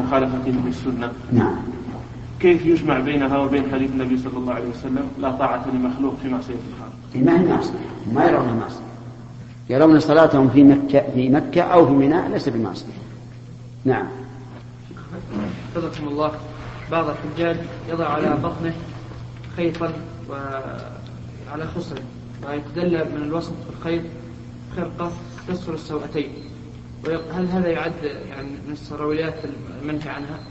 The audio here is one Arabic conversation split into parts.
مخالفة للسنة. نعم. كيف يجمع بينها وبين حديث النبي صلى الله عليه وسلم لا طاعة لمخلوق في معصية الخالق؟ ما هي معصية، ما يرونها معصية، يرون صلاتهم في مكة أو في منى ليس بمعصية. نعم. حفظكم الله، بعض الحجاج يضع على بطنه خيطا وعلى خصره ويتدلى من الوسط بالخيط خرقة تستر السوأتين، هل هذا يعد يعني من السرويات المنهي عنها؟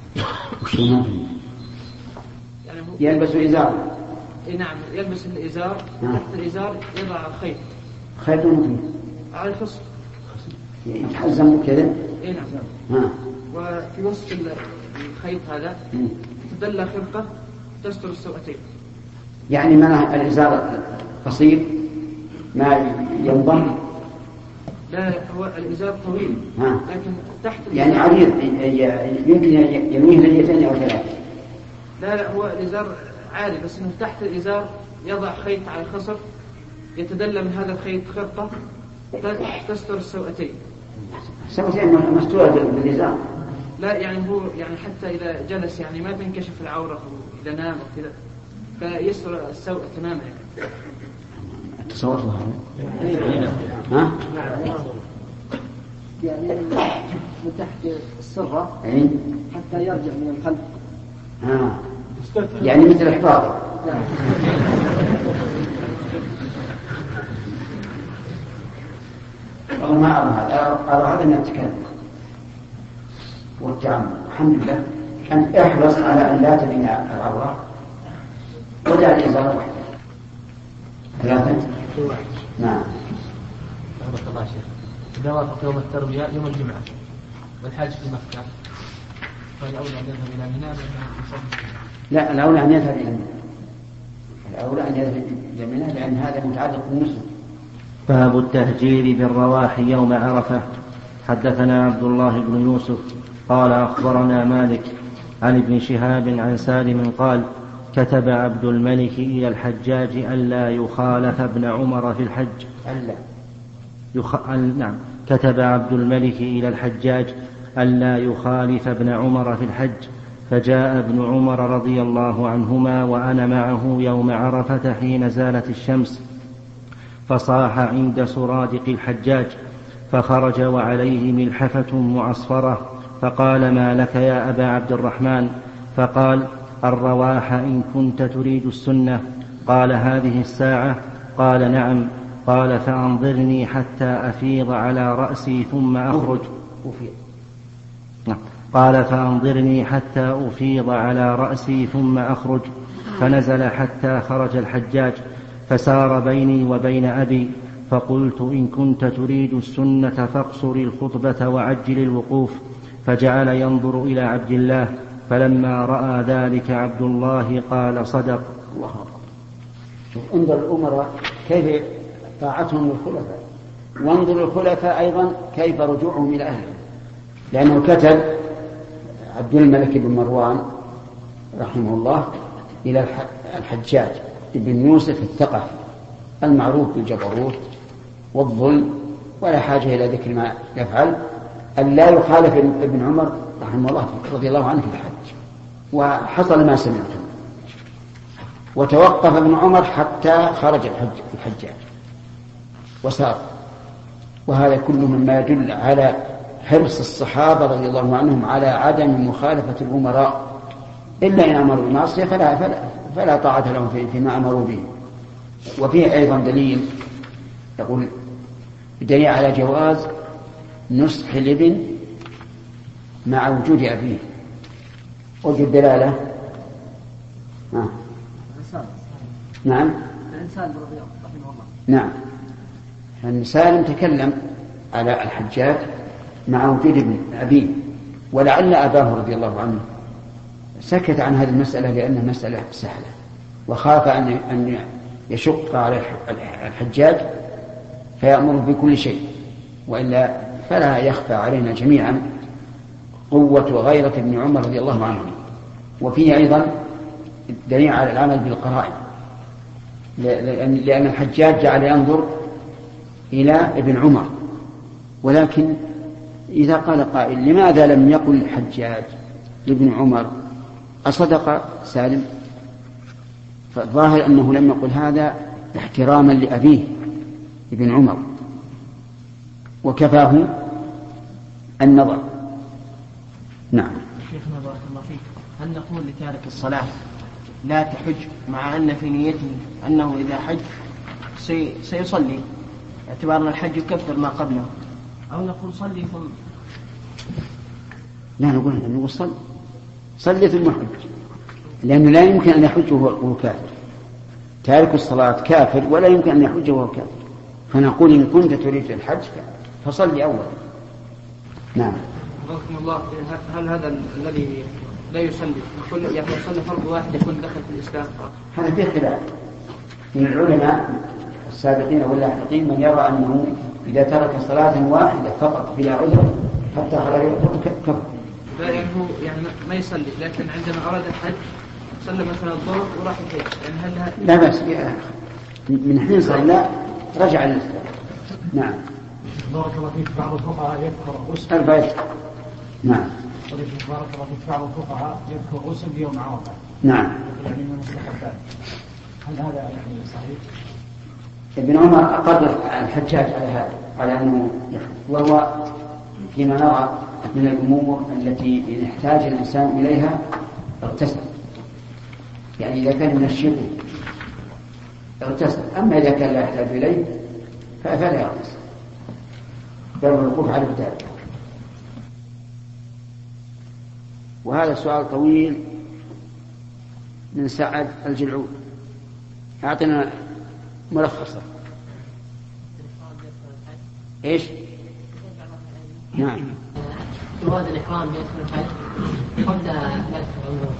يعني يلبس إزار. نعم، يلبس الإزار. تحت الإزار يضع خيط على الخصر يتحزم كذا. نعم. وفي وسط الخيط هذا تدلى خرقة تستر السوأتين. يعني ما الإزار قصير ما ينضم؟ لا، هو الإزار طويل لكن تحت يعني عريض يمكن يميه لليتين أو ثلاثة. لا، هو الإزار عالي بس إنه تحت الإزار يضع خيط على الخصر يتدلى من هذا الخيط خرقة تستر السوأتين. السوأتين مستورة بالإزار. لا، يعني هو يعني حتى إذا جلس يعني ما تنكشف العورة إذا نام وكذا فيستر السوء تماما. تصور لها ها؟ يعني من تحت السرة حتى يرجع من الخلف. يعني مثل الحفاظ. والله ما أرى هذا من التكلم والتعمد. الحمد لله أن احرص على أن لا تبين العورة ودع الإزار وحده. ثلاثة. نعم. بارك الله شيخ. إذا وافق يوم التروية يوم الجمعة والحاج في مكة فالأولى أن يذهب إلى منى. لا، الأولى أن يذهب إلى منى. الأولى أن يذهب إلى منى لأن هذا متعلق بالمسلم. باب التهجير بالرواح يوم عرفة. حدثنا عبد الله بن يوسف قال أخبرنا مالك عن ابن شهاب عن سالم قال كتب عبد الملك إلى الحجاج ألا يخالف ابن عمر في الحج. نعم. كتب عبد الملك إلى الحجاج ألا يخالف ابن عمر في الحج، فجاء ابن عمر رضي الله عنهما وأنا معه يوم عرفة حين زالت الشمس، فصاح عند سرادق الحجاج، فخرج وعليه ملحفة معصفرة، فقال ما لك يا أبا عبد الرحمن؟ فقال الرواح إن كنت تريد السنة. قال هذه الساعة؟ قال نعم. قال فأنظرني حتى أفيض على رأسي ثم أخرج. قال فأنظرني حتى أفيض على رأسي ثم أخرج. فنزل حتى خرج الحجاج، فسار بيني وبين أبي، فقلت إن كنت تريد السنة فاقصر الخطبة وعجل الوقوف. فجعل ينظر إلى عبد الله، فلما رأى ذلك عبد الله قال صدق. الله انظر الأمراء كيف طاعتهم للخلفاء، وانظر الخلفاء أيضا كيف رجوعهم إلى أهلهم. لأنه كتب عبد الملك بن مروان رحمه الله إلى الحجاج بن يوسف الثقفي المعروف بالجبروت والظلم ولا حاجة إلى ذكر ما يفعل، أن لا يخالف ابن عمر رحمه الله رضي الله عنه في الحج. وحصل ما سمعتم، وتوقف ابن عمر حتى خرج الحجاج وسار. وهذا كله مما يدل على حرص الصحابة رضي الله عنهم على عدم مخالفة الأمراء، إلا إن أمروا بالمعصية فلا طاعة لهم فيما أمروا به. وفيه أيضا دليل، يقول دليل على جواز نصح الابن مع وجود أبيه. وجه الدلالة نعم الإنسان رحمه الله. نعم. أن سالم تكلم على الحجاج مع وجود ابن أبيه، ولعل أباه رضي الله عنه سكت عن هذه المسألة لأنها مسألة سهلة، وخاف أن يشق على الحجاج فيأمره بكل شيء، وإلا فلا يخفى علينا جميعا قوة وغيرة ابن عمر رضي الله عنه. وفيه أيضا دليل على العمل بالقرائن، لأن الحجاج جعل ينظر إلى ابن عمر. ولكن إذا قال قائل لماذا لم يقل الحجاج لابن عمر أصدق سالم؟ فالظاهر أنه لم يقل هذا احتراما لأبيه ابن عمر، وكفاه النظر. نعم. شيخنا بارك الله فيك، هل نقول لتارك الصلاة لا تحج مع أن في نيته أنه إذا حج سيصلي اعتبار أن الحج يكفر ما قبله، أو نقول صلي ثم؟ لا، نقول صلي ثم حج، لأنه لا يمكن أن يحج وهو كافر. تارك الصلاة كافر ولا يمكن أن يحج وهو كافر، فنقول إن كنت تريد الحج فصلي أولا. نعم. رحمكم الله، هل هذا الذي لا يصلي يصلي فرض واحد يكون دخل في الإسلام؟ هذا فيه خلاف من العلماء السابقين واللاحقين، من يرى أنه إذا ترك صلاة واحدة فقط بلا عذر حتى خرج كفر. لا، يعني ما يصلي، لكن عندما أراد الحج صلى مثلا الظهر وراح الحج، يعني هل لا بأس من حين صلى رجع للإسلام. نعم. بارك الله فيك، بعض الفقهاء يذكر غسل نعم. بارك الله فيك، بعض الفقهاء يذكر غسل بيوم عرفة. نعم. يعني من المستحبات، هل هذا يعني صحيح؟ ابن عمر أقر الحجاج على هذا، على أنه وهو فيما نرى من الأمور التي إذا احتاج الإنسان إليها اغتسل، يعني إذا كان من الشبه اغتسل، أما إذا كان لا يحتاج إليه فلا يغتسل، بل الوقوف على ذلك. وهذا سؤال طويل من سعد الجلعود، أعطنا ملخصا. إيش؟ نعم. جواز الإحرام يدخل الحج قبل لا يدخل العمرة.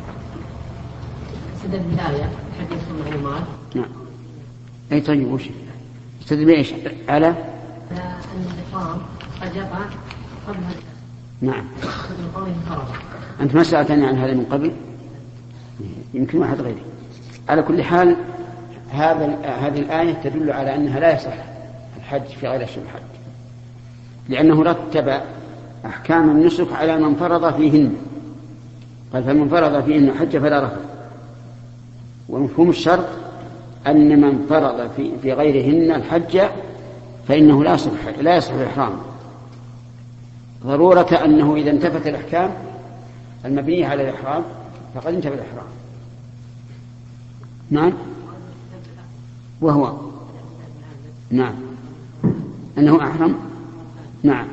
استدل بالآية الحج يدخل العمرات. نعم. أي طيب، وش استدل بإيش؟ على أن الإحرام قد يقع قبل هذا. نعم. أنت ما سألتني عن هذا من قبل، يمكن واحد غيري. على كل حال هذه الآية تدل على أنها لا يصح الحج في غير أشهر الحج، لأنه رتب أحكام النسك على من فرض فيهن، قال فمن فرض فيهن حج فلا رفث. ومفهوم الشرط أن من فرض في غيرهن الحج فإنه لا يصح الإحرام، ضرورة أنه إذا انتفت الأحكام المبنية على الإحرام فقد انتفى الإحرام. نعم. وهو نعم أنه أحرم. نعم.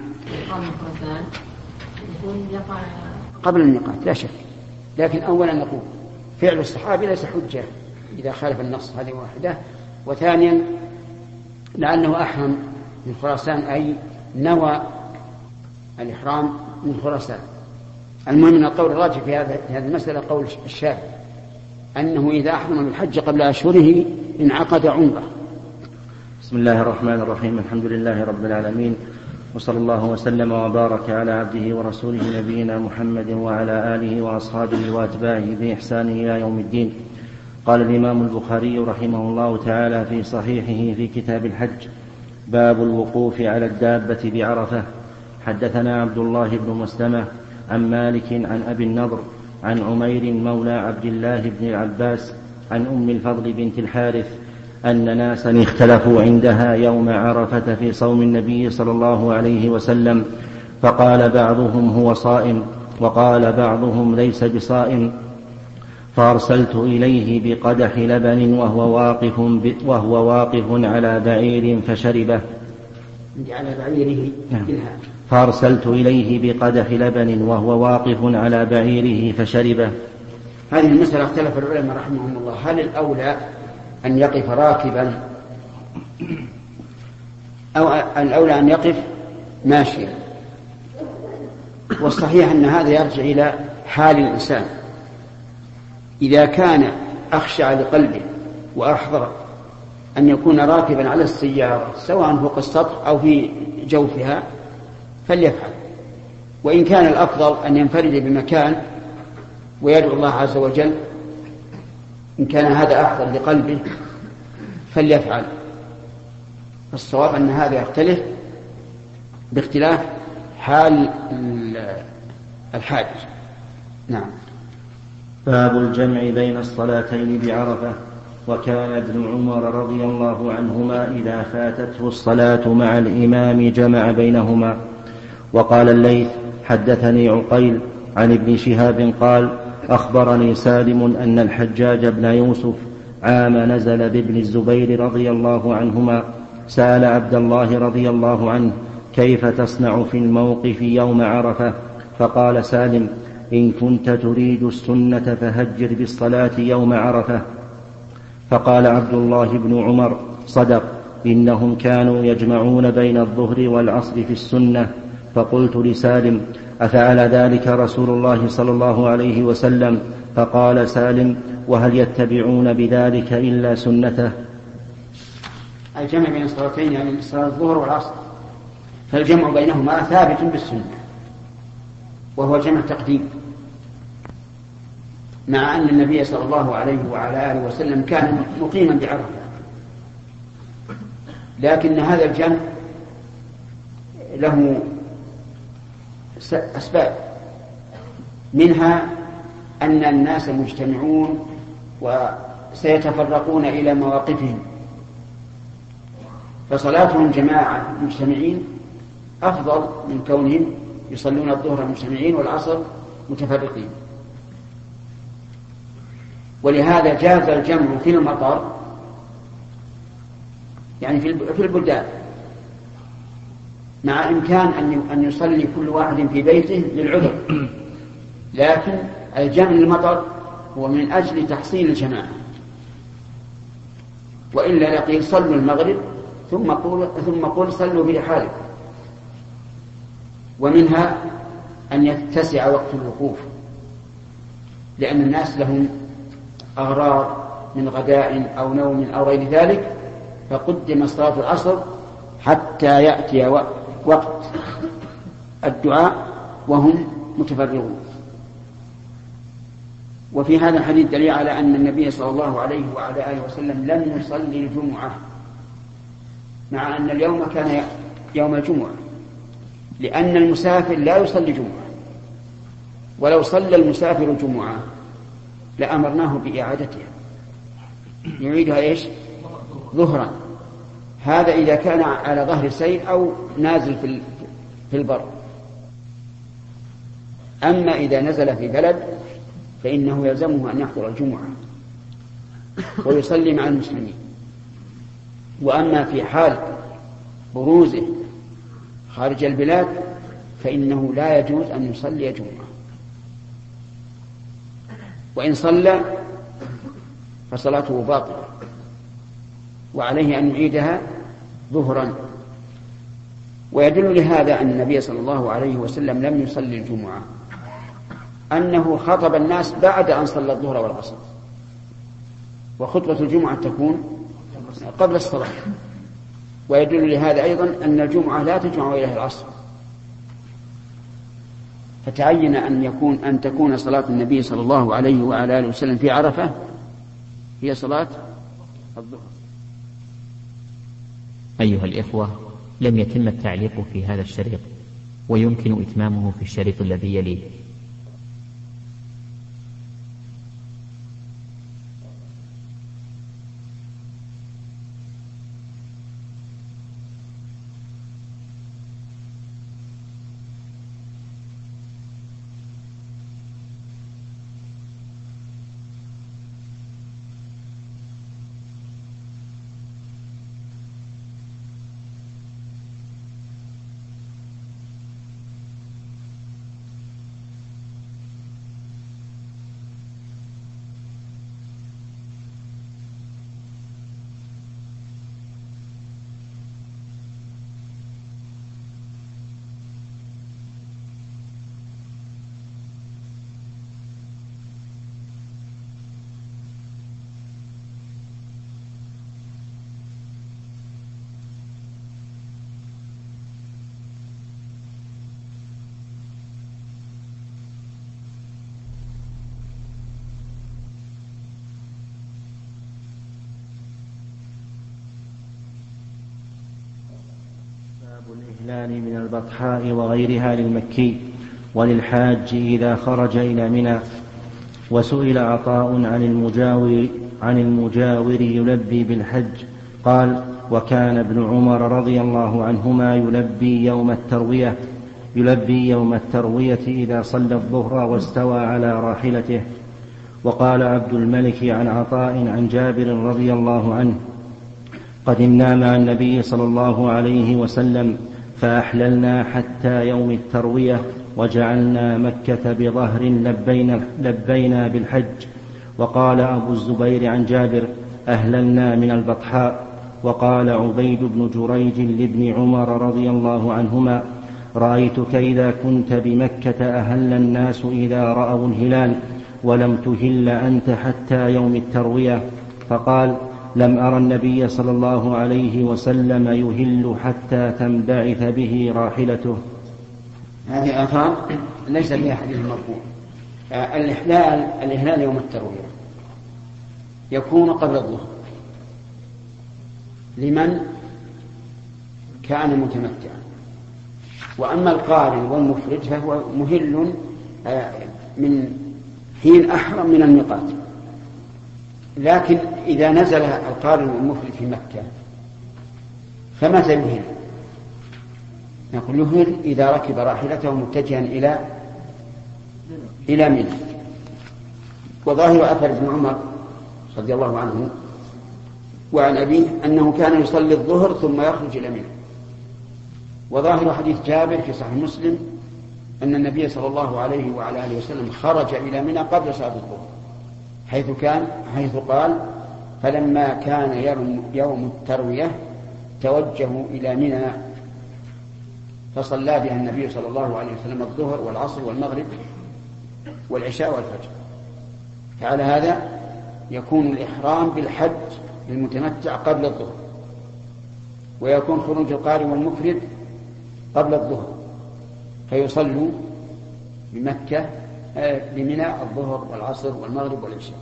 قبل الميقات لا شك، لكن أولا نقول فعل الصحابي ليس حجة إذا خالف النص، هذه واحدة. وثانيا لأنه أحرم من خراسان، أي نوى الإحرام من خراسان. المهم أن القول الراجح في هذه المسألة قول الشافعي أنه إذا أحرم بالحج قبل أشهره انعقد عمره. بسم الله الرحمن الرحيم، الحمد لله رب العالمين، وصلى الله وسلم وبارك على عبده ورسوله نبينا محمد وعلى آله وأصحابه وأتباعه بإحسان إلى يوم الدين. قال الإمام البخاري رحمه الله تعالى في صحيحه في كتاب الحج: باب الوقوف على الدابة بعرفة. حدثنا عبد الله بن مسلمة عن مالك عن أبي النضر عن عمير مولى عبد الله بن العباس عن أم الفضل بنت الحارث أن ناسا اختلفوا عندها يوم عرفة في صوم النبي صلى الله عليه وسلم، فقال بعضهم هو صائم وقال بعضهم ليس بصائم، فأرسلت إليه بقدح لبن وهو واقف على بعير فشربه. على بعيره. فأرسلت إليه بقدح لبن وهو واقف على بعيره فشربه. هذه المسألة اختلف العلماء رحمهم الله، هل الأولى أن يقف راكبا أو الأولى أن يقف ماشيا؟ والصحيح أن هذا يرجع إلى حال الإنسان، إذا كان أخشع لقلبه وأحضر أن يكون راكبا على السيارة سواء فوق السطح أو في جوفها فليفعل، وإن كان الأفضل أن ينفرد بمكان ويدعو الله عز وجل إن كان هذا أحضر لقلبه فليفعل. الصواب أن هذا يختلف باختلاف حال الحاج. نعم. باب الجمع بين الصلاتين بعرفة. وكان ابن عمر رضي الله عنهما إذا فاتته الصلاة مع الإمام جمع بينهما. وقال الليث حدثني عقيل عن ابن شهاب قال أخبرني سالم أن الحجاج بن يوسف عام نزل بابن الزبير رضي الله عنهما سأل عبد الله رضي الله عنه كيف تصنع في الموقف يوم عرفة؟ فقال سالم إن كنت تريد السنة فهجر بالصلاة يوم عرفة. فقال عبد الله بن عمر صدق إنهم كانوا يجمعون بين الظهر والعصر في السنة. فقلت لسالم أفعل ذلك رسول الله صلى الله عليه وسلم؟ فقال سالم وهل يتبعون بذلك إلا سنته؟ الجمع بين الصلاتين يعني صلاة الظهر والعصر، فالجمع بينهما ثابت بالسنة وهو جمع تقديم، مع أن النبي صلى الله عليه وعلى آله وسلم كان مقيما بعرفة، لكن هذا الجمع له أسباب، منها أن الناس مجتمعون وسيتفرقون إلى مواقفهم، فصلاتهم جماعة مجتمعين أفضل من كونهم يصلون الظهر مجتمعين والعصر متفرقين. ولهذا جاز الجمع في المطر، يعني في البلدان، مع إمكان أن يصلي كل واحد في بيته للعذر، لكن الجمع للمطر هو من أجل تحصيل الجماعة، وإلا لقيل صلوا المغرب ثم قل صلوا برحالكم. ومنها أن يتسع وقت الوقوف، لأن الناس لهم أغراض من غداء أو نوم أو غير ذلك، فقدم صلاة العصر حتى يأتي وقت الدعاء وهم متفرغون. وفي هذا الحديث دليل على أن النبي صلى الله عليه وعلى آله وسلم لم يصلي الجمعة، مع أن اليوم كان يوم الجمعة، لأن المسافر لا يصلي جمعة، ولو صلى المسافر جمعة لأمرناه بإعادتها، يعيدها إيش؟ ظهرا. هذا إذا كان على ظهر سير أو نازل في البر. أما إذا نزل في بلد فإنه يلزمه أن يحضر الجمعة ويصلي مع المسلمين. وأما في حال بروزه خارج البلاد فإنه لا يجوز أن يصلي جمعة، وإن صلى فصلاته باطلة وعليه أن يعيدها ظهرا. ويدل لهذا أن النبي صلى الله عليه وسلم لم يصلي الجمعة أنه خطب الناس بعد أن صلى الظهر والعصر، وخطبة الجمعة تكون قبل الصلاة. ويدل لهذا أيضا أن الجمعة لا تجمع إليها العصر، فتعين أن تكون صلاة النبي صلى الله عليه وعلى آله وسلم في عرفة هي صلاة الظهر. أيها الإخوة، لم يتم التعليق في هذا الشريط، ويمكن إتمامه في الشريط الذي يليه. الإهلال من البطحاء وغيرها للمكي. وللحاج إذا خرج إلى منى. وسئل عطاء عن المجاور يلبي بالحج قال: وكان ابن عمر رضي الله عنهما يلبي يوم التروية إذا صلى الظهر واستوى على راحلته. وقال عبد الملك عن عطاء عن جابر رضي الله عنه: قدمنا مع النبي صلى الله عليه وسلم فأحللنا حتى يوم التروية وجعلنا مكة بظهر لبينا بالحج. وقال أبو الزبير عن جابر: أهللنا من البطحاء. وقال عبيد بن جريج لابن عمر رضي الله عنهما: رأيتك إذا كنت بمكة أهل الناس إذا رأوا الهلال ولم تهل أنت حتى يوم التروية. فقال: لم أرى النبي صلى الله عليه وسلم يهل حتى تنبعث به راحلته. هذه الآثار ليس فيها حديث مرفوع. الإهلال يوم التروية يكون قبل الظهر لمن كان متمتعا، وأما القارن والمفرد فهو مهل من حين أحرم من الميقات. لكن إذا نزل القارن والمفرد في مكة فمتى يهل؟ نقول يهل إذا ركب راحلته متجها إلى منى. وظاهر أثر ابن عمر رضي الله عنه وعن أبيه أنه كان يصلي الظهر ثم يخرج إلى منى. وظاهر حديث جابر في صحيح مسلم أن النبي صلى الله عليه وعلى آله وسلم خرج إلى منى قبل صلاة الظهر، حيث قال: فلما كان يوم التروية توجهوا إلى منى فصلى بها النبي صلى الله عليه وسلم الظهر والعصر والمغرب والعشاء والفجر. فعلى هذا يكون الإحرام بالحج للمتمتع قبل الظهر، ويكون خروج القارن والمفرد قبل الظهر، فيصلوا بمنى الظهر والعصر والمغرب والعشاء.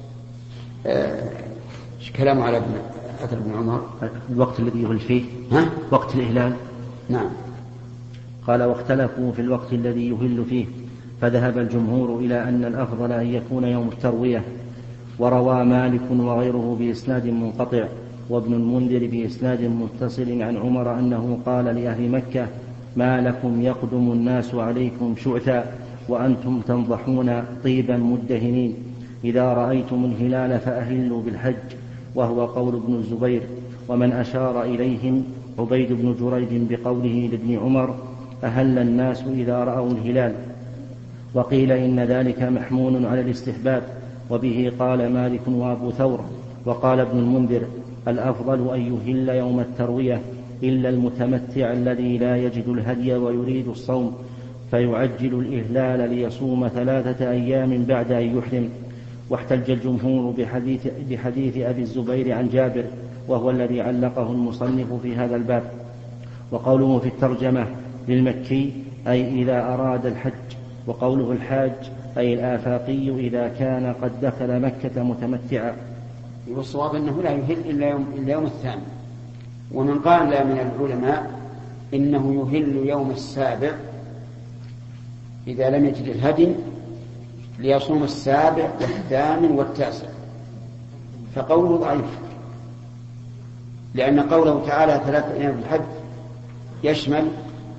كلام على أثر ابن عمر الوقت الذي يهل فيه وقت الإهلال. نعم. قال: واختلفوا في الوقت الذي يهل فيه، فذهب الجمهور إلى أن الأفضل أن يكون يوم التروية. وروى مالك وغيره بإسناد منقطع وابن المنذر بإسناد متصل عن عمر أنه قال لأهل مكة: ما لكم يقدم الناس عليكم شعثا وأنتم تنضحون طيبا مدهنين، إذا رأيتم الهلال فأهلوا بالحج. وهو قول ابن الزبير. ومن أشار إليهم عبيد بن جريج بقوله لابن عمر: أهل الناس إذا رأوا الهلال. وقيل إن ذلك محمول على الاستحباب، وبه قال مالك وأبو ثور. وقال ابن المنذر: الأفضل أن يهل يوم التروية إلا المتمتع الذي لا يجد الهدي ويريد الصوم، فيعجل الإهلال ليصوم 3 أيام بعد أن يحرم. واحتج الجمهور بحديث أبي الزبير عن جابر، وهو الذي علقه المصنف في هذا الباب. وقوله في الترجمة للمكي أي إذا أراد الحج، وقوله الحاج أي الآفاقي إذا كان قد دخل مكة متمتعا. والصواب أنه لا يهل إلا يوم الثامن. ومن قال لا من العلماء إنه يهل يوم السابع إذا لم يجد الهدي ليصوم السابع والثامن والتاسع، فقوله ضعيف، لأن قوله تعالى 3 أيام في الحج يشمل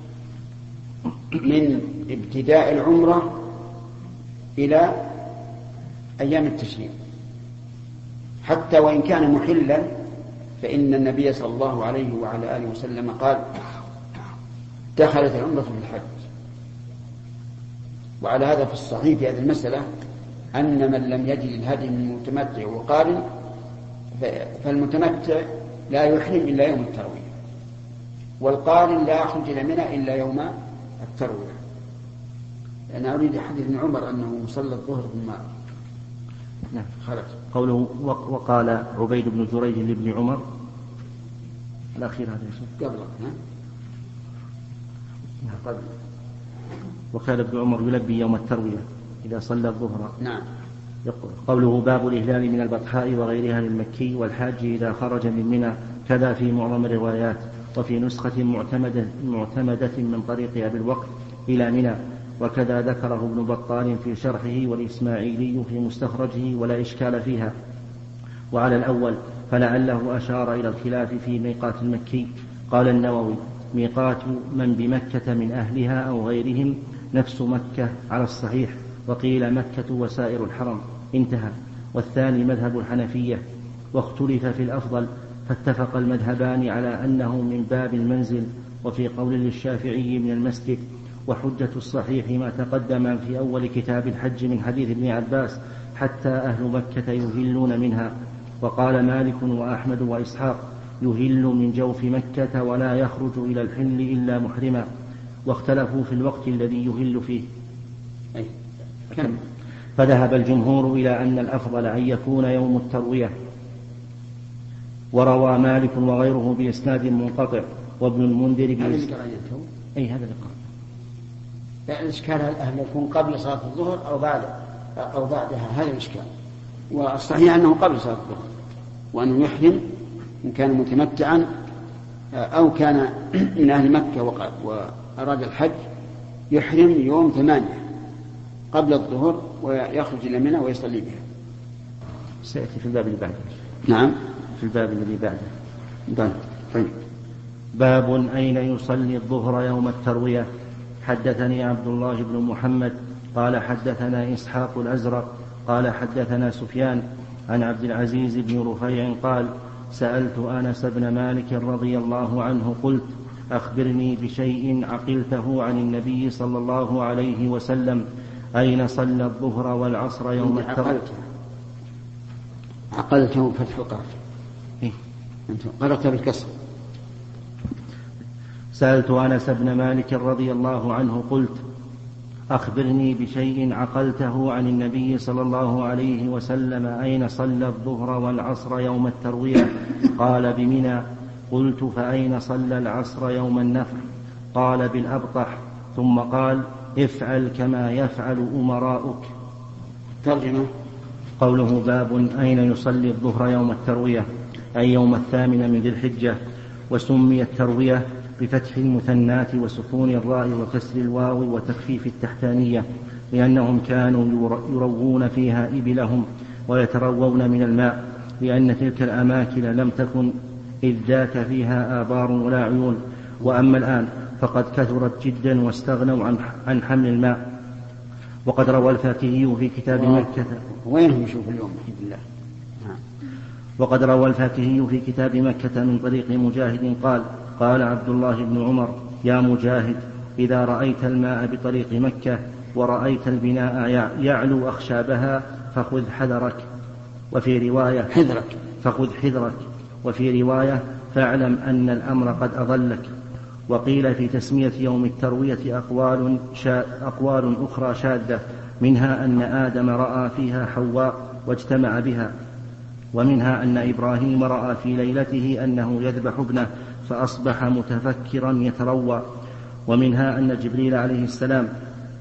من ابتداء العمرة إلى أيام التشريق، حتى وإن كان محلا فإن النبي صلى الله عليه وعلى آله وسلم قال: دخلت العمرة في الحج. وعلى هذا في الصحيح في هذه المسألة أن من لم يجد الهدي من المتمتع وقارن فالمتمتع لا يحرم إلا يوم التروية، والقارن لا يخرج إلى منى إلا يوم التروية. أنا أريد حديث ابن عمر أنه صلى الظهر ثم خرج. قوله وقال عبيد بن جريج لابن عمر الأخير هذا قبل قبل. وكان ابن عمر يلبي يوم التروية إذا صلى الظهر. نعم. قوله باب الإهلال من البطحاء وغيرها للمكي والحاج إذا خرج من منى، كذا في معظم الروايات. وفي نسخة معتمدة من طريق أبي الوقت إلى منى، وكذا ذكره ابن بطال في شرحه والإسماعيلي في مستخرجه ولا إشكال فيها. وعلى الأول فلعله أشار إلى الخلاف في ميقات المكي. قال النووي: ميقات من بمكة من أهلها أو غيرهم نفس مكة على الصحيح، وقيل مكة وسائر الحرم، انتهى. والثاني مذهب الحنفية، واختلف في الأفضل، فاتفق المذهبان على أنه من باب المنزل، وفي قول للشافعي من المسجد. وحجة الصحيح ما تقدم في أول كتاب الحج من حديث ابن عباس: حتى أهل مكة يهلون منها. وقال مالك وأحمد وإسحاق: يهل من جوف مكة ولا يخرج إلى الحل إلا محرما. واختلفوا في الوقت الذي يهل فيه. فذهب الجمهور إلى أن الأفضل أن يكون يوم التروية. وروى مالك وغيره بإسناد منقطع، وابن المنذر هذا اللقاء الإشكال هل يكون قبل صلاة الظهر أو بعدها، هذا الإشكال. والصحيح أنه قبل صلاة الظهر، وأنه يحرم إن كان متمتعا أو كان من أهل مكة وأراد الحج، يحرم يوم 8 قبل الظهر ويخرج إلى منى ويصلي بها. سيأتي في الباب اللي بعده. نعم، في الباب الذي بعده. طيب. باب أين يصلي الظهر يوم التروية. حدثني عبد الله بن محمد قال حدثنا إسحاق الأزرق قال حدثنا سفيان عن عبد العزيز بن رفيع قال: سألت أنس بن مالك رضي الله عنه قلت: أخبرني بشيء عقلته عن النبي صلى الله عليه وسلم، أين صلى الظهر والعصر يوم التروية. عقلته فتح القاف، أنت قرأت بالكسر. سألت أنس بن مالك رضي الله عنه قلت: أخبرني بشيء عقلته عن النبي صلى الله عليه وسلم، أين صلى الظهر والعصر يوم التروية. قال: بمنى. قلت: فأين صلى العصر يوم النفر. قال: بالأبطح. ثم قال: افعل كما يفعل أمراؤك. ترجمة. قوله: باب أين يصلي الظهر يوم التروية، أي يوم 8 من ذي الحجة. وسمي التروية بفتح المثنات وسكون الراء وكسر الواو وتخفيف التحتانية، لأنهم كانوا يروون فيها إبلهم ويتروون من الماء، لأن تلك الأماكن لم تكن إذ ذاك فيها آبار ولا عيون. وأما الآن فقد كثرت جدا واستغنوا عن حمل الماء. وقد روى الفاكهي في كتاب مكة. وينهم يشوف اليوم بإذن الله. وقد روى الفاكهي في كتاب مكة من طريق مجاهد قال: قال عبد الله بن عمر: يا مجاهد، إذا رأيت الماء بطريق مكة ورأيت البناء يعلو أخشابها فخذ حذرك. وفي رواية فخذ حذرك. وفي رواية: فاعلم أن الأمر قد أضلك. وقيل في تسمية يوم التروية أقوال أخرى شاذة، منها أن آدم رأى فيها حواء واجتمع بها، ومنها أن إبراهيم رأى في ليلته أنه يذبح ابنه فأصبح متفكرا يتروى، ومنها أن جبريل عليه السلام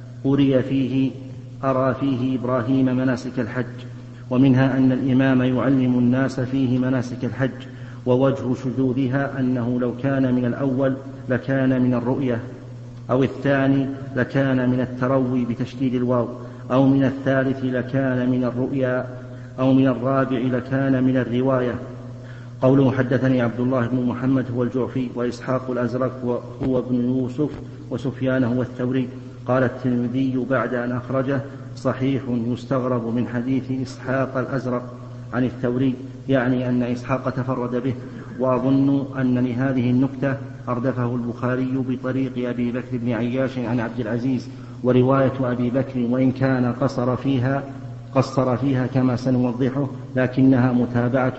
أرى فيه إبراهيم مناسك الحج، ومنها أن الإمام يعلم الناس فيه مناسك الحج. ووجه شذوذها أنه لو كان من الأول لكان من الرؤية، أو الثاني لكان من التروي بتشديد الواو، أو من الثالث لكان من الرؤيا، أو من الرابع لكان من الرواية. قوله: حدثني عبد الله بن محمد هو الجعفي، وإسحاق الأزرق هو ابن يوسف، وسفيان هو الثوري. قال الترمذي بعد أن أخرجه: صحيح يستغرب من حديث إسحاق الأزرق عن الثوري، يعني أن إسحاق تفرد به. وأظن أن لهذه النكتة أردفه البخاري بطريق أبي بكر بن عياش عن عبد العزيز. ورواية أبي بكر وإن كان قصر فيها كما سنوضحه، لكنها متابعة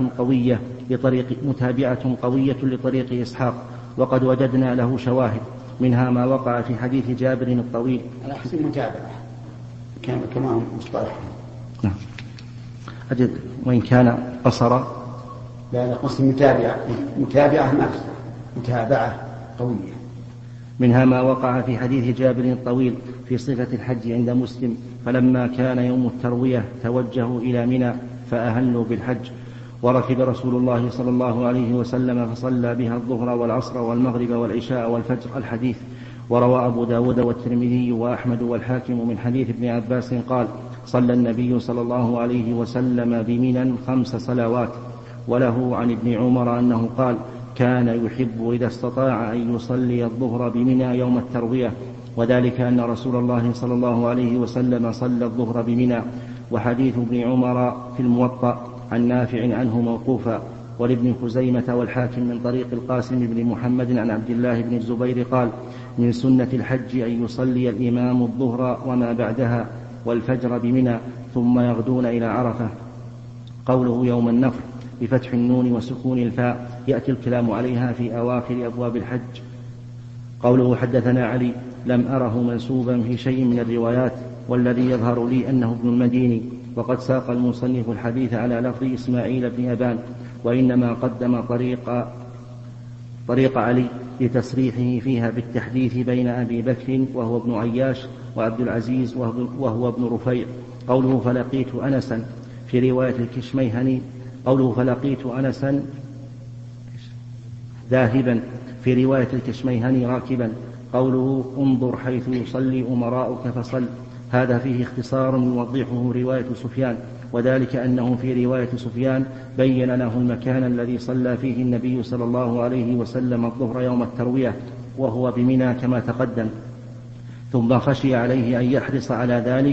قوية لطريق إسحاق، وقد وجدنا له شواهد، منها ما وقع في حديث جابر الطويل. على حسب متابعة كما مصطلح. نعم. أجد وإن كان قصر. لا قصد متابعة قوية. منها ما وقع في حديث جابر الطويل في صفة الحج عند مسلم: فلما كان يوم التروية توجهوا إلى منى فأهلوا بالحج، وركب رسول الله صلى الله عليه وسلم فصلى بها الظهر والعصر والمغرب والعشاء والفجر. الحديث. وروى أبو داود والترمذي وأحمد والحاكم من حديث ابن عباس قال صلى النبي صلى الله عليه وسلم بمنى 5 صلوات. وله عن ابن عمر أنه قال كان يحب إذا استطاع أن يصلي الظهر بمنى يوم التروية، وذلك أن رسول الله صلى الله عليه وسلم صلى الظهر بمنى. وحديث ابن عمر في الموطأ عن نافع عنه موقوفا. ولابن خزيمة والحاكم من طريق القاسم بن محمد عن عبد الله بن الزبير قال من سنة الحج أن يصلي الإمام الظهر وما بعدها والفجر بمنى ثم يغدون إلى عرفة. قوله يوم النفر بفتح النون وسكون الفاء يأتي الكلام عليها في أواخر أبواب الحج. قوله حدثنا علي لم أره منسوبا في شيء من الروايات، والذي يظهر لي أنه ابن المديني، وقد ساق المصنف الحديث على لفظ إسماعيل بن أبان، وإنما قدم طريق علي لتصريحه فيها بالتحديث بين أبي بكر وهو ابن عياش وعبد العزيز وهو ابن رفيع. قوله فلقيت أنسا في رواية الكشميهني قوله فلقيت أنسا ذاهبا في رواية الكشميهني راكبا. قوله انظر حيث يصلي أمراؤك فصل، هذا فيه اختصار يوضحه رواية سفيان، وذلك أنه في رواية سفيان بين له المكان الذي صلى فيه النبي صلى الله عليه وسلم الظهر يوم التروية وهو بمنى كما تقدم، ثم خشي عليه أن يحرص على ذلك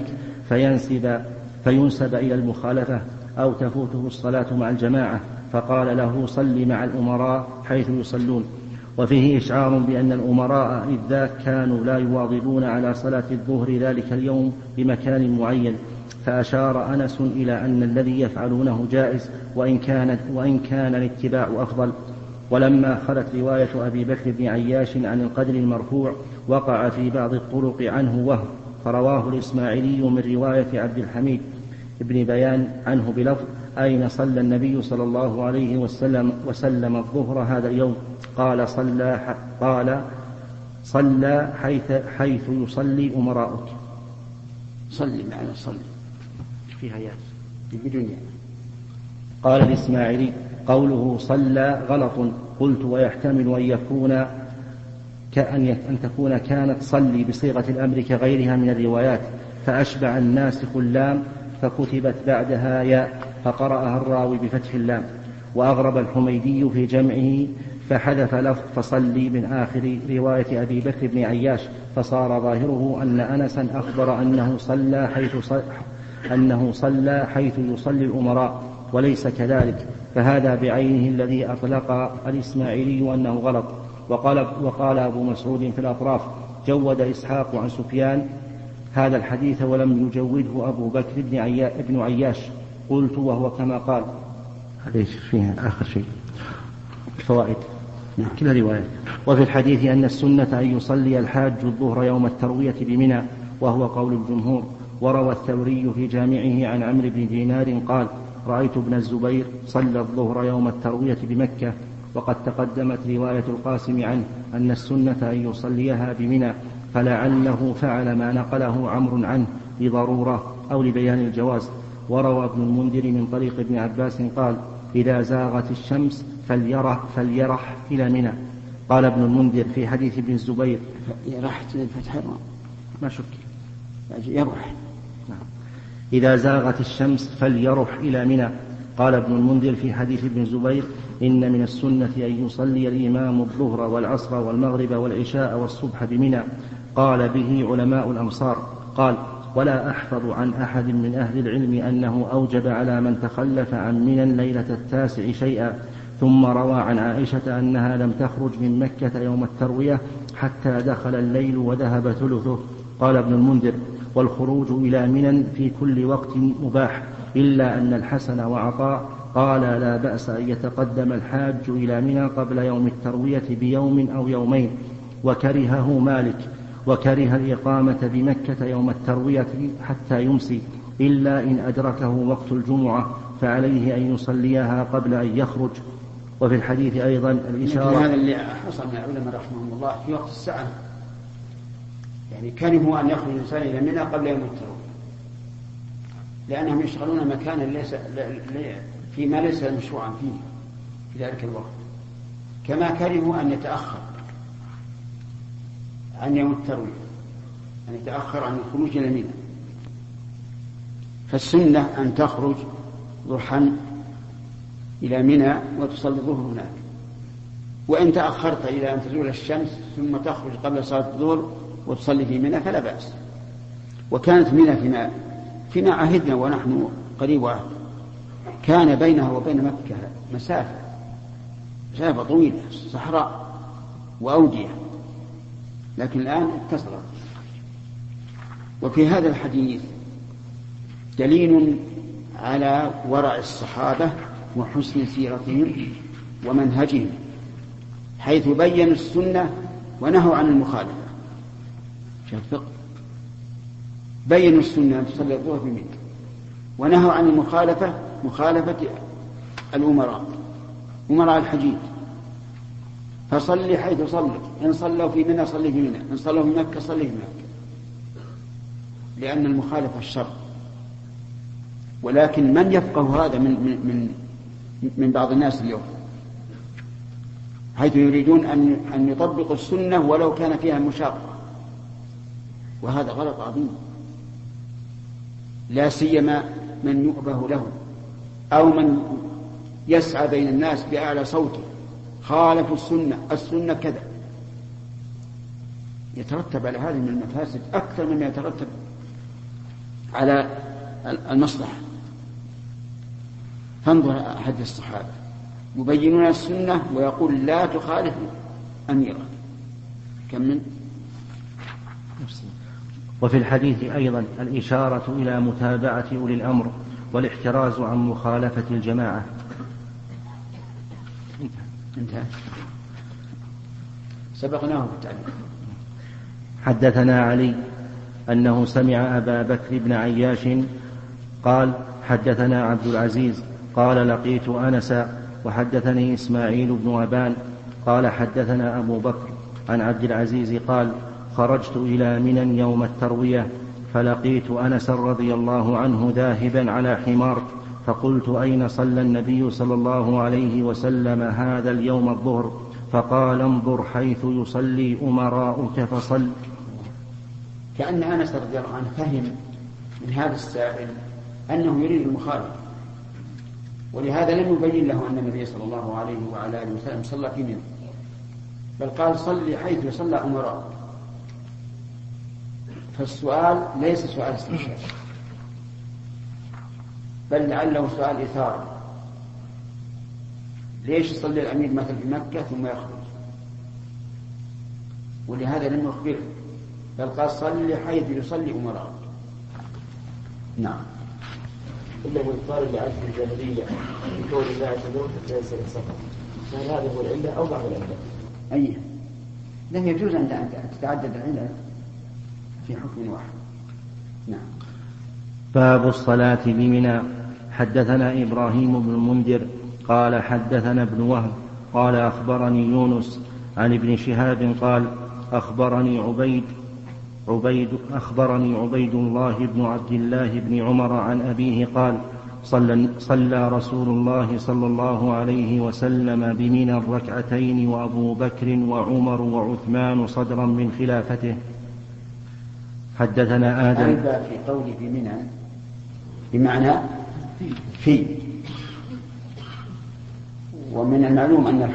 فينسب إلى المخالفة أو تفوته الصلاة مع الجماعة، فقال له صل مع الأمراء حيث يصلون. وفيه إشعار بأن الأمراء إذ ذاك كانوا لا يواظبون على صلاة الظهر ذلك اليوم بمكان معين، فأشار أنس إلى أن الذي يفعلونه جائز وإن كان الاتباع أفضل. ولما خلت رواية أبي بكر بن عياش عن القدر المرفوع وقع في بعض الطرق عنه وهم، فرواه الإسماعيلي من رواية عبد الحميد بن بيان عنه بلفظ أين صلى النبي صلى الله عليه وسلم الظهر هذا اليوم؟ قال صلى حيث يصلي أمراؤك. صلي معنا صلي فيها ياس بدون يعني. قال الإسماعيلي قوله صلى غلط، قلت ويحتمل أن تكون كانت صلي بصيغة الأمر كغيرها من الروايات، فأشبع الناسخ اللام فكتبت بعدها ياء فقرأها الراوي بفتح اللام. وأغرب الحميدي في جمعه فحذف لفظ فصلي من آخر رواية أبي بكر بن عياش، فصار ظاهره أن أنسا أخبر أنه صلى حيث يصلي الأمراء، وليس كذلك، فهذا بعينه الذي أطلق الإسماعيلي أنه غلط. وقال أبو مسعود في الأطراف جود إسحاق عن سفيان هذا الحديث ولم يجوده أبو بكر بن عياش. قلت وهو كما قال. هذا فيها آخر شيء الفوائد كلها رواية. وفي الحديث أن السنة أن يصلي الحاج الظهر يوم التروية بمنى، وهو قول الجمهور. وروى الثوري في جامعه عن عمرو بن دينار قال رأيت ابن الزبير صلى الظهر يوم التروية بمكة. وقد تقدمت رواية القاسم عنه أن السنة أن يصليها بمنى، فلعله فعل ما نقله عمرو عنه لضرورة أو لبيان الجواز. وروى ابن المنذر من طريق ابن عباس قال إذا زاغت الشمس فليرح إلى منى. قال ابن المنذر في حديث ابن الزبير يرح الفتح ما شك يرح إذا زاغت الشمس فليرح إلى منى. قال ابن المنذر في حديث ابن الزبير إن من السنة أن يصلي الإمام الظهر والعصر والمغرب والعشاء والصبح بمنى. قال به علماء الأمصار. قال ولا أحفظ عن أحد من أهل العلم أنه أوجب على من تخلف عن منى ليلة 9 شيئا. ثم روى عن عائشة أنها لم تخرج من مكة يوم التروية حتى دخل الليل وذهب ثلثه. قال ابن المنذر والخروج إلى منى في كل وقت مباح، إلا أن الحسن وعطاء قال لا بأس أن يتقدم الحاج إلى منى قبل يوم التروية بيوم أو يومين، وكرهه مالك، وكره الإقامة بمكة يوم التروية حتى يمسي، إلا إن أدركه وقت الجمعة فعليه أن يصليها قبل أن يخرج. وفي الحديث أيضا الإشارة هذا اللي حصل من العلماء رحمهم الله في وقت الساعة، يعني كرهوا أن يخرج الإنسان إلى منى قبل يوم التروية، لأنهم يشغلون مكانا ليس فيما ليس مشروعا فيه في ذلك الوقت، كما كرهوا أن يتأخر عن يوم التروية، أن يتأخر عن الخروج إلى منى. فالسنة أن تخرج ضحى إلى منى وتصلي الظهر هناك، وإن تأخرت إلى أن تزول الشمس ثم تخرج قبل صلاة الظهر وتصلي في منى فلا بأس. وكانت منى فيما عهدنا ونحن قريب عهد، كان بينها وبين مكة مسافة طويلة، صحراء وأودية، لكن الآن اتصلت. وفي هذا الحديث دليل على ورع الصحابة وحسن سيرتهم ومنهجهم، حيث بيّنوا السنة ونهوا عن المخالفة. بيّنوا السنة أن تصلي الظهر في منى، ونهوا عن مخالفة أمراء الحجيج. فصلي حيث صلوا، إن صلوا في منى صلي في منى، إن صلوا في مكة صلي في مكة، لأن المخالفة الشر. ولكن من يفقه هذا من بعض الناس اليوم، حيث يريدون أن يطبقوا السنة ولو كان فيها مشاقة، وهذا غلط عظيم، لا سيما من يؤبه له أو من يسعى بين الناس بأعلى صوته خالفوا السنة كذا، يترتب على هذه من المفاسد أكثر مما يترتب على المصلحة. فانظر أحد الصحابة يبينون السنة ويقول لا تخالف أميرا. كمل. وفي الحديث أيضا الإشارة إلى متابعة أولي الأمر والاحتراز عن مخالفة الجماعة. انتهى. سبقناه في التعليم. حدثنا علي أنه سمع أبا بكر بن عياش قال حدثنا عبد العزيز قال لقيت أنسا، وحدثني إسماعيل بن أبان قال حدثنا أبو بكر عن عبد العزيز قال خرجت إلى منى يوم التروية فلقيت أنس رضي الله عنه ذاهبا على حمار، فقلت أين صلى النبي صلى الله عليه وسلم هذا اليوم الظهر؟ فقال انظر حيث يصلي أمراؤك فصل. كأن أنس رضي الله عنه فهم من هذا السائل أنه يريد المخالفة، ولهذا لم يبين له أن النبي صلى الله عليه وعلى آله وسلم صلى في منى، بل قال صلي حيث يصلى أمراء. فالسؤال ليس سؤال استشهاد، بل لعله سؤال إثارة. ليش يصلي الأمير مثلا في مكة ثم يخرج؟ ولهذا لم يخبره، بل قال صلي حيث يصلي أمراء. نعم. إلا من قال بعد الجاهلية بكون الله يعتبرون ليس السفر، فهل هذا هو العلة أو بعض العلة؟ أي لم يجوز أن تتعدد العلة في حكم واحد. نعم. باب الصلاة بمنى. حدثنا إبراهيم بن المنذر قال حدثنا ابن وهب قال أخبرني يونس عن ابن شهاب قال أخبرني عبيد الله بن عبد الله بن عمر عن أبيه قال صلى رسول الله صلى الله عليه وسلم بمنى الركعتين وأبو بكر وعمر وعثمان صدرا من خلافته. حدثنا آدم. في قولي بمنى بمعنى في، ومن المعلوم أن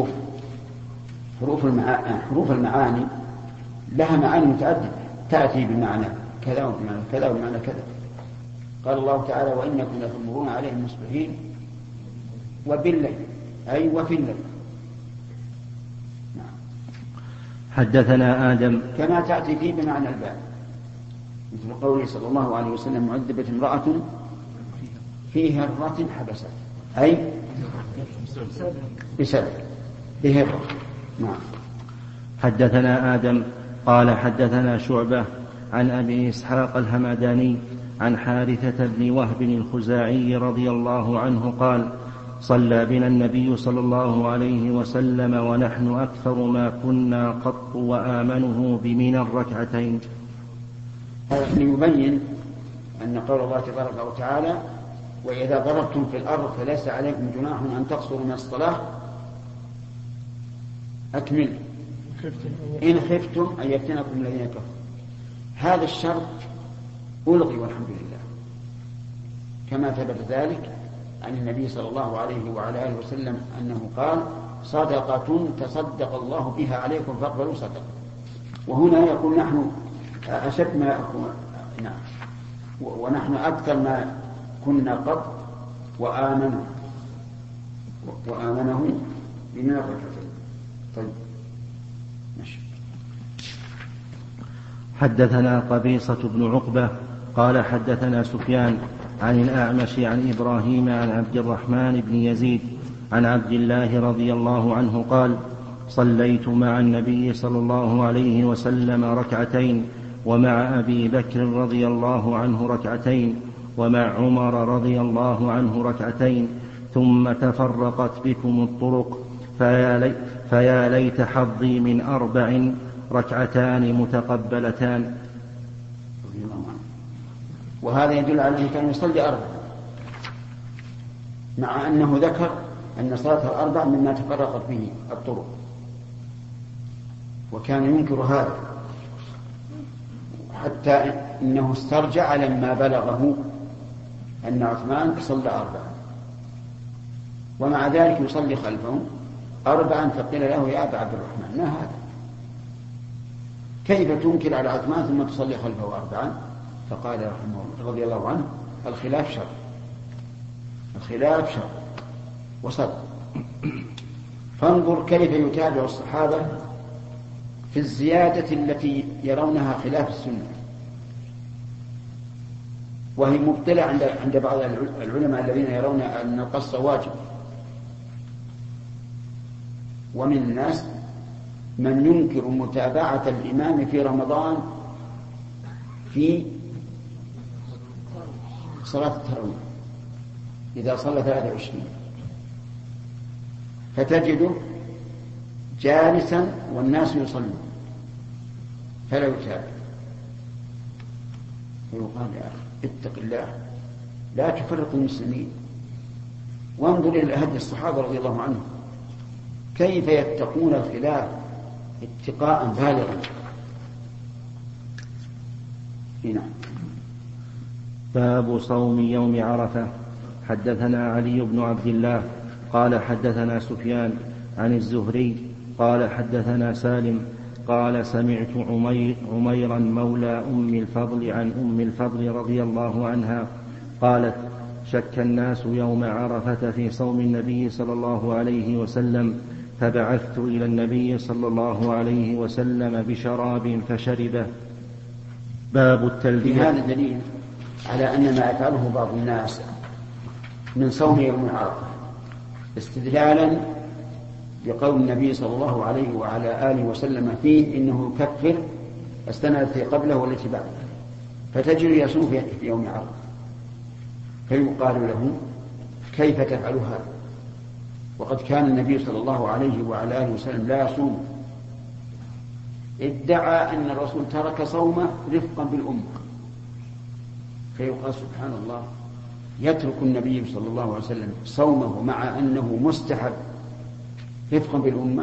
حروف المعاني لها معاني متعددة تأتي بمعنى كذا وبمعنى كذا وبمعنى كذا. قال الله تعالى وإنكم لتمرون عليهم مصبحين وبالليل، أي وفي الليل. حدثنا آدم كما تأتي فيه بمعنى الباب، مثل قوله صلى الله عليه وسلم معذبة امرأة في هرة حبست، أي بسبب بهرة. نعم. حدثنا آدم قال حدثنا شعبة عن أبي إسحاق الهمداني عن حارثة بن وهب الخزاعي رضي الله عنه قال صلى بنا النبي صلى الله عليه وسلم ونحن أكثر ما كنا قط وآمنه بمنى الركعتين. ليبين أن قول الله تبارك وتعالى وإذا ضربتم في الأرض فليس عليكم جناح أن تقصروا من الصلاة أكمل إن خفتم أن يفتنكم الذين كفروا. هذا الشرط ألغي والحمد لله، كما ثبت ذلك عن النبي صلى الله عليه وعلى آله وسلم أنه قال: صدقة تصدق الله بها عليكم فاقبلوا صدقة. وهنا يقول نحن أشد ما يكون، نعم، ونحن أكثر ما كنا قط وآمنه بمن الرجلين. طيب ماشي. حدثنا قبيصة بن عقبة قال حدثنا سفيان عن الأعمش عن إبراهيم عن عبد الرحمن بن يزيد عن عبد الله رضي الله عنه قال: صليت مع النبي صلى الله عليه وسلم ركعتين، ومع أبي بكر رضي الله عنه ركعتين، ومع عمر رضي الله عنه ركعتين، ثم تفرقت بكم الطرق، فيا ليت حظي من 4 ركعتان متقبلتان. وهذا يدل على أنه كان يصلي 4، مع أنه ذكر أن صلاة 4 مما تفرقت به الطرق، وكان ينكر هذا، حتى إنه استرجع لما بلغه أن عثمان صلى 4، ومع ذلك يصلي خلفهم 4. فقيل له: يا أبا عبد الرحمن، ما هذا؟ كيف تنكر على عثمان ثم تصلي خلفه 4؟ فقال رحمه الله رضي الله عنه: الخلاف شر، الخلاف شر، وصدق. فانظر كيف يتابع الصحابة في الزيادة التي يرونها خلاف السنة، وهي مبطلة عند بعض العلماء الذين يرون أن القص واجب. ومن الناس من ينكر متابعة الإمام في رمضان في صلاة التراويح إذا صلى 23، فتجده جالسا والناس يصلون فلا يتابع، ويقال: يا أخي اتق الله، لا تفرق المسلمين. وانظر إلى هدي الصحابة رضي الله عنهم كيف يتقون الخلاف اتقاء بالغا. هنا باب صوم يوم عرفة. حدثنا علي بن عبد الله قال حدثنا سفيان عن الزهري قال حدثنا سالم قال: سمعت عميرا مولى أم الفضل عن أم الفضل رضي الله عنها قالت: شك الناس يوم عرفة في صوم النبي صلى الله عليه وسلم، فبعثت إلى النبي صلى الله عليه وسلم بشراب فشربه. باب التلبية. هذا دليل على أن ما يفعله بعض الناس من صوم يوم عرفة استدلالا بقول النبي صلى الله عليه وعلى آله وسلم فيه إنه يكفر السنة التي قبله والتي بعده، فتجد يصوم في يوم عرفة، فيقال له: كيف تفعل هذا؟ وقد كان النبي صلى الله عليه وعلى آله وسلم لا يصوم. ادعى أن الرسول ترك صومه رفقا بالأمة، فيقال: سبحان الله، يترك النبي صلى الله عليه وسلم صومه مع أنه مستحب رفقا بالأمة.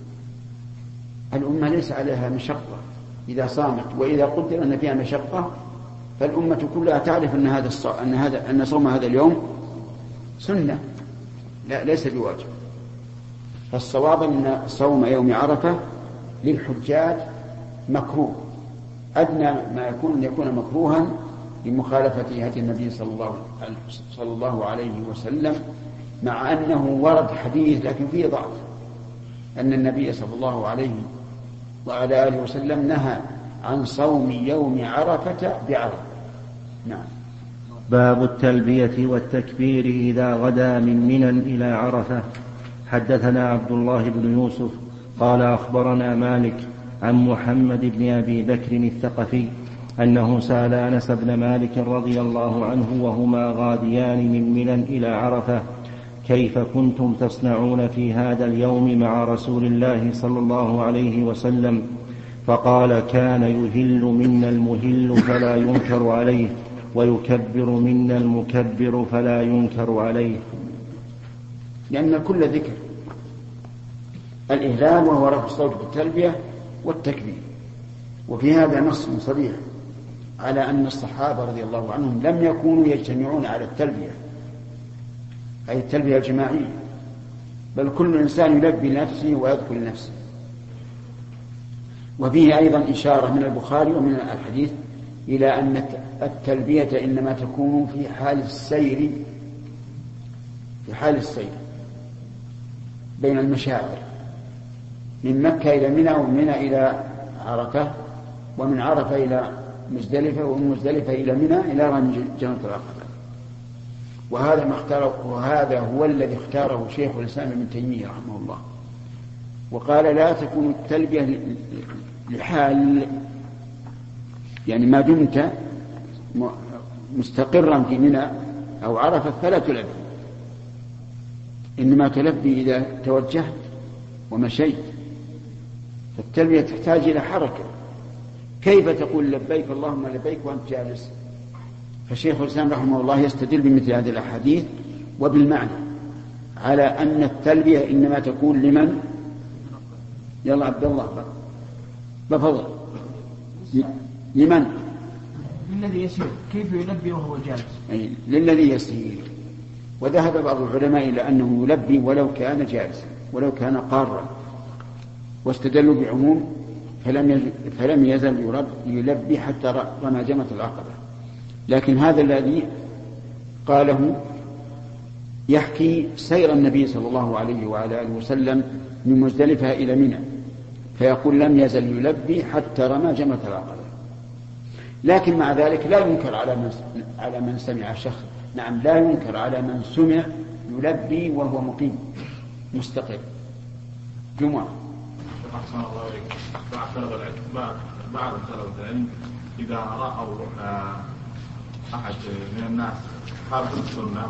الأمة ليس عليها مشقة إذا صامت، وإذا قدر أن فيها مشقة فالأمة كلها تعرف أن صوم هذا اليوم سنة، لا ليس بواجب. فالصواب أن صوم يوم عرفة للحجاج مكروه، أدنى ما يكون مكروها لمخالفة هدي النبي صلى الله عليه وسلم، مع أنه ورد حديث لكن فيه ضعف أن النبي صلى الله عليه وعلى آله وسلم نهى عن صوم يوم عرفة بعرفة. نعم. باب التلبية والتكبير إذا غدا من منى إلى عرفة. حدثنا عبد الله بن يوسف قال أخبرنا مالك عن محمد بن أبي بكر الثقفي أنه سأل أنس بن مالك رضي الله عنه وهما غاديان من منى إلى عرفة: كيف كنتم تصنعون في هذا اليوم مع رسول الله صلى الله عليه وسلم؟ فقال: كان يهل منا المهل فلا ينكر عليه، ويكبر منا المكبر فلا ينكر عليه. لأن كل ذكر الإهلال وهو رفع الصوت بالتلبية والتكبير. وفي هذا نص صريح على أن الصحابة رضي الله عنهم لم يكونوا يجتمعون على التلبية، أي التلبية الجماعية، بل كل إنسان يلبي لنفسه ويذكر لنفسه. وفيه أيضا إشارة من البخاري ومن الحديث إلى أن التلبية إنما تكون في حال السير، في حال السير بين المشاعر من مكة إلى منى ومن منى إلى عرفة ومن عرفة إلى مزدلفة ومن مزدلفة إلى منى إلى رمي جمرة العقبة. وهذا ما اختاره، وهذا هو الذي اختاره شيخ الإسلام ابن تيمية رحمه الله، وقال لا تكون التلبية لحال، يعني ما دمت مستقرا في منى أو عرفة فلا تلبي، إنما تلبي إذا توجهت ومشيت، فالتلبية تحتاج إلى حركة. كيف تقول لبيك اللهم لبيك وأنت جالس؟ فشيخ الإسلام رحمه الله يستدل بمثل هذه الأحاديث وبالمعنى على أن التلبية إنما تكون لمن؟ يلا عبد الله بفضل، لمن؟ للذي يسير. كيف يلبي وهو جالس؟ للذي يسير. وذهب بعض العلماء إلى أنه يلبي ولو كان جالسا ولو كان قارا، واستدلوا بعموم فلم يزل يلبي حتى رمى جمرة العقبة. لكن هذا الذي قاله يحكي سير النبي صلى الله عليه وعلى آله وسلم من مزدلفة إلى منى، فيقول لم يزل يلبي حتى رمى جمرة العقبة. لكن مع ذلك لا ينكر على من سمع شخص، نعم لا ينكر على من سمع يلبي وهو مقيم مستقر. جمعة أحسن الله عليك. بعض طلبة العلم إذا رأوا أحد من الناس خالف السنة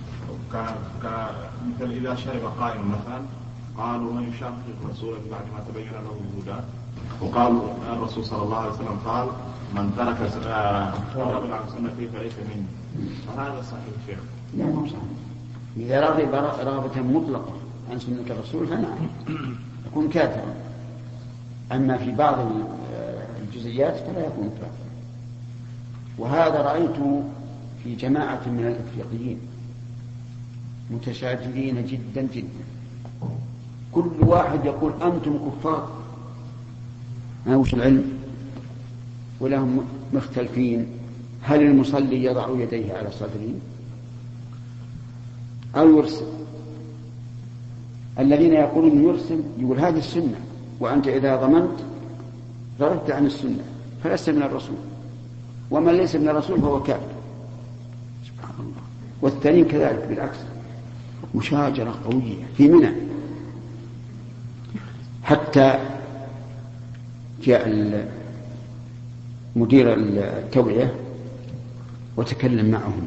مثل إذا شرب قائما مثلا قالوا من يشاقق الرسول بعد ما تبين له الهدى، وقالوا الرسول صلى الله عليه وسلم قال من ترك رغب عن سنتي فليس مني. فهذا صحيح شيخ؟ لا مو صحيح. إذا رغب رغبة مطلقة عن سنة الرسول فنعم يكون كافرا، أما في بعض الجزئيات فلا يكون كافرا. وهذا رأيته في جماعة من الإفريقيين متشاجرين جدا جدا، كل واحد يقول أنتم كفار، ما وش العلم، ولهم مختلفين هل المصلي يضع يديه على صدره أو يرسل. الذين يقولون يرسل يقول هذه السنة، وأنت إذا ضمنت ضربت عن السنة فلست من الرسول، ومن ليس من الرسول فهو كافر. سبحان الله. والثاني كذلك بالعكس، مشاجرة قوية في منى. حتى جاء مدير التوعية وتكلم معهم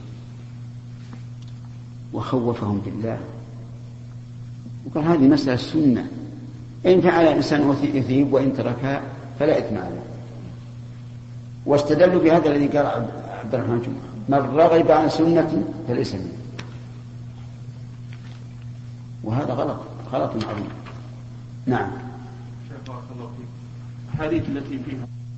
وخوفهم بالله، وقال هذه مسألة السنة، إن فعل الإنسان يثيب وإن تركها فلا إثم عليه. واستدلوا بهذا الذي قال عبد الرحمن جمعة من رغب عن سنة فليس مني. وهذا غلط عظيم. نعم. شيخ بارك الله فيك. الحديث التي فيها